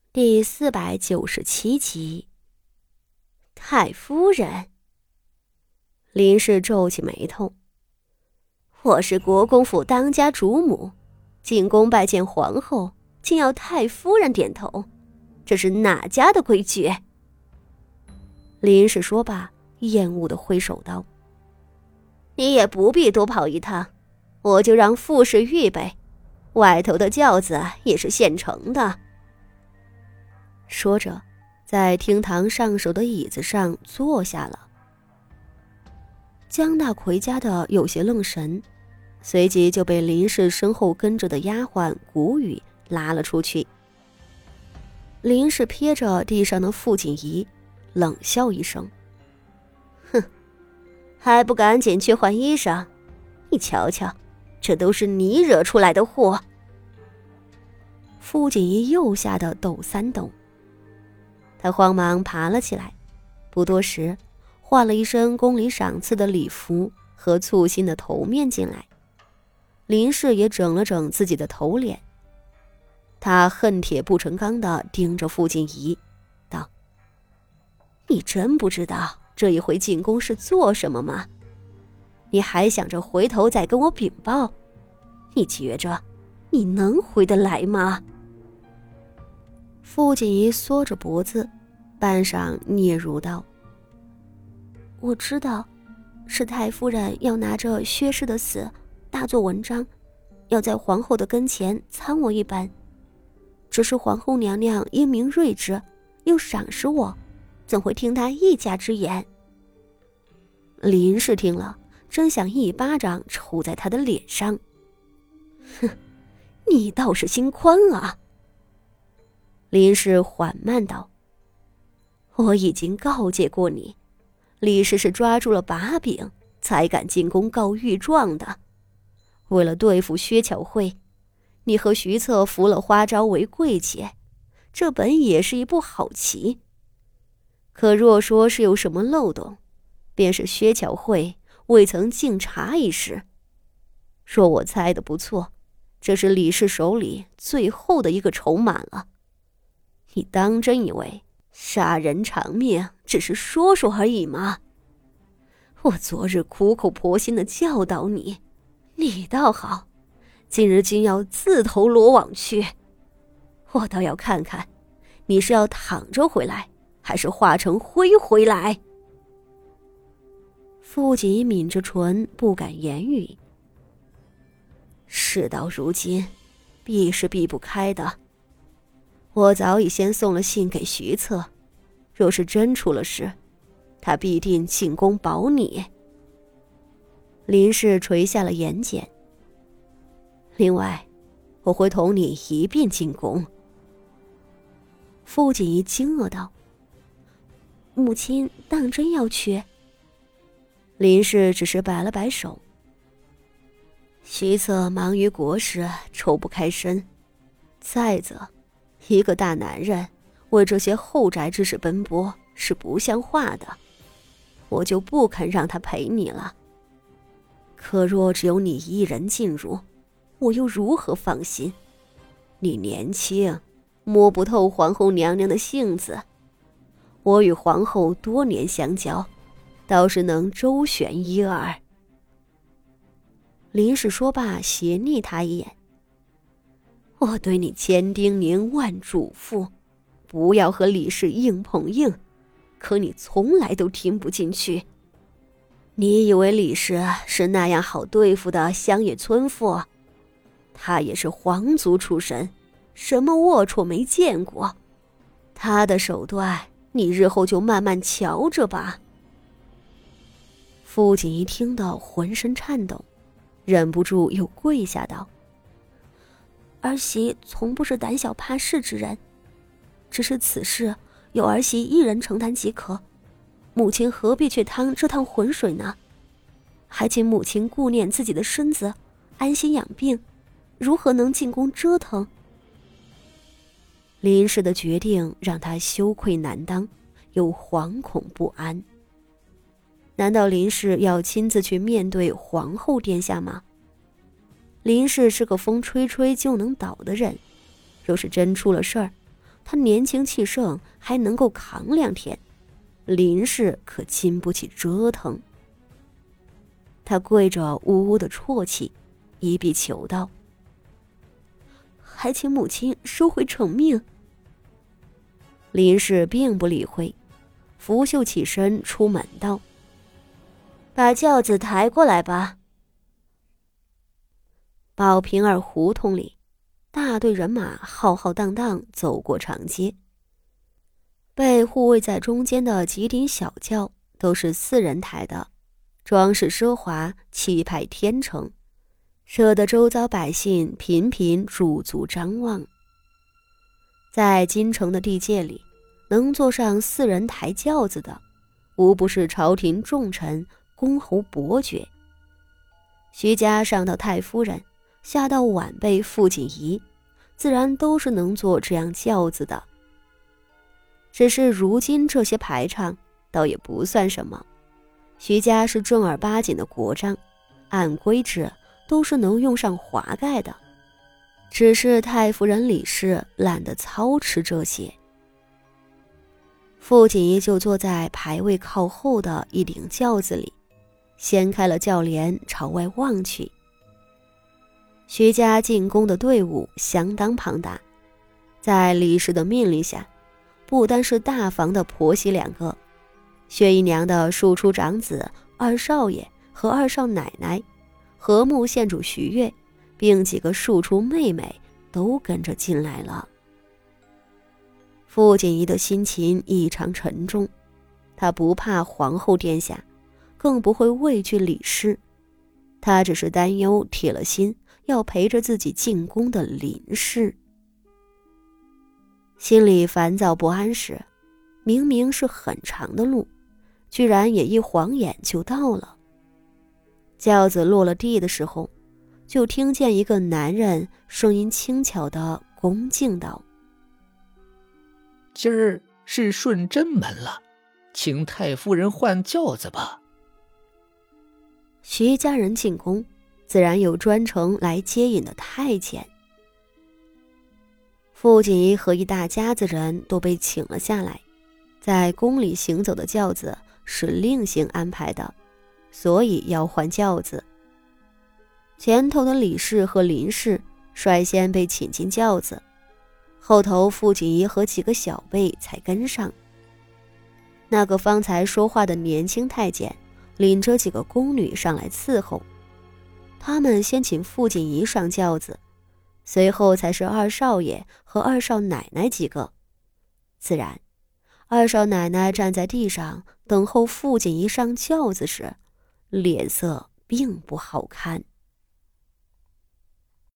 第497集。太夫人。林氏皱起眉头，我是国公府当家主母，进宫拜见皇后，竟要太夫人点头，这是哪家的规矩？林氏说罢，厌恶地挥手道：你也不必多跑一趟，我就让傅氏预备，外头的轿子也是现成的。说着，在厅堂上手的椅子上坐下了。江大奎家的有些愣神，随即就被林氏身后跟着的丫鬟谷雨拉了出去。林氏瞥着地上的傅锦仪，冷笑一声：哼，还不赶紧去换衣裳？你瞧瞧，这都是你惹出来的祸。傅锦仪又吓得抖三抖，他慌忙爬了起来，不多时换了一身宫里赏赐的礼服和簇新的头面进来。林氏也整了整自己的头脸，他恨铁不成钢地盯着傅锦仪道：你真不知道这一回进宫是做什么吗？你还想着回头再跟我禀报？你觉着你能回得来吗？傅锦仪缩着脖子，半晌嗫嚅道：我知道，是太夫人要拿着薛氏的死大做文章，要在皇后的跟前参我一本。只是皇后娘娘英明睿智，又赏识我，怎会听她一家之言？林氏听了，真想一巴掌抽在她的脸上。哼，你倒是心宽啊！林氏缓慢道：我已经告诫过你，李氏是抓住了把柄才敢进宫告御状的。为了对付薛巧慧，你和徐策扶了花昭为贵妾，这本也是一步好棋。可若说是有什么漏洞，便是薛巧慧未曾敬茶一事。若我猜得不错，这是李氏手里最后的一个筹码了。你当真以为杀人偿命只是说说而已吗？我昨日苦口婆心地教导你，你倒好，今日竟要自投罗网去。我倒要看看，你是要躺着回来，还是化成灰回来？傅锦衣抿着唇，不敢言语。事到如今，避是避不开的。我早已先送了信给徐策，若是真出了事，他必定进宫保你。林氏垂下了眼睑。另外，我会同你一并进宫。傅锦仪惊愕道：母亲当真要去？林氏只是摆了摆手：徐策忙于国事，抽不开身，再则一个大男人为这些后宅之事奔波是不像话的，我就不肯让他陪你了。可若只有你一人进入，我又如何放心？你年轻，摸不透皇后娘娘的性子。我与皇后多年相交，倒是能周旋一二。林氏说罢，斜睨他一眼：我对你千叮咛万嘱咐，不要和李氏硬碰硬，可你从来都听不进去。你以为李氏是那样好对付的乡野村妇？他也是皇族出身，什么龌龊没见过。他的手段，你日后就慢慢瞧着吧。傅锦衣听到浑身颤抖，忍不住又跪下道：儿媳从不是胆小怕事之人，只是此事有儿媳一人承担即可，母亲何必去趟这趟浑水呢？还请母亲顾念自己的身子，安心养病，如何能进宫折腾？林氏的决定让他羞愧难当，又惶恐不安。难道林氏要亲自去面对皇后殿下吗？林氏是个风吹吹就能倒的人，若是真出了事儿， 他年轻气盛，还能够扛2天，林氏可经不起折腾。他跪着呜呜的啜泣，一臂求道：“还请母亲收回成命。”林氏并不理会，拂袖起身出门道：“把轿子抬过来吧。”宝瓶儿胡同里，大队人马浩浩荡荡走过长街。被护卫在中间的几顶小轿都是4人抬的，装饰奢华，气派天成，惹得周遭百姓频频驻足张望。在京城的地界里，能坐上4人抬轿子的，无不是朝廷重臣、公侯伯爵。徐家上到太夫人，下到晚辈傅锦仪，自然都是能坐这样轿子的。只是如今这些排场倒也不算什么，徐家是正儿八经的国丈，按规制都是能用上华盖的，只是太夫人李氏懒得操持这些。傅锦仪就坐在排位靠后的一顶轿子里，掀开了轿帘朝外望去。徐家进宫的队伍相当庞大，在李氏的命令下，不单是大房的婆媳2个，薛姨娘的庶出长子2少爷和2少奶奶，和睦县主徐悦，并几个庶出妹妹都跟着进来了。傅锦仪的心情异常沉重，她不怕皇后殿下，更不会畏惧李氏，她只是担忧铁了心要陪着自己进宫的林氏。心里烦躁不安时，明明是很长的路，居然也一晃眼就到了。轿子落了地的时候，就听见一个男人声音轻巧地恭敬道：“ 今儿是顺贞门了，请太夫人换轿子吧。” 徐家人进宫，自然有专程来接引的太监。傅锦仪和一大家子人都被请了下来，在宫里行走的轿子是另行安排的，所以要换轿子。前头的李氏和林氏率先被请进轿子，后头傅锦仪和几个小辈才跟上。那个方才说话的年轻太监领着几个宫女上来伺候，他们先请傅锦仪上轿子，随后才是2少爷和2少奶奶几个。自然2少奶奶站在地上等候傅锦仪上轿子时，脸色并不好看。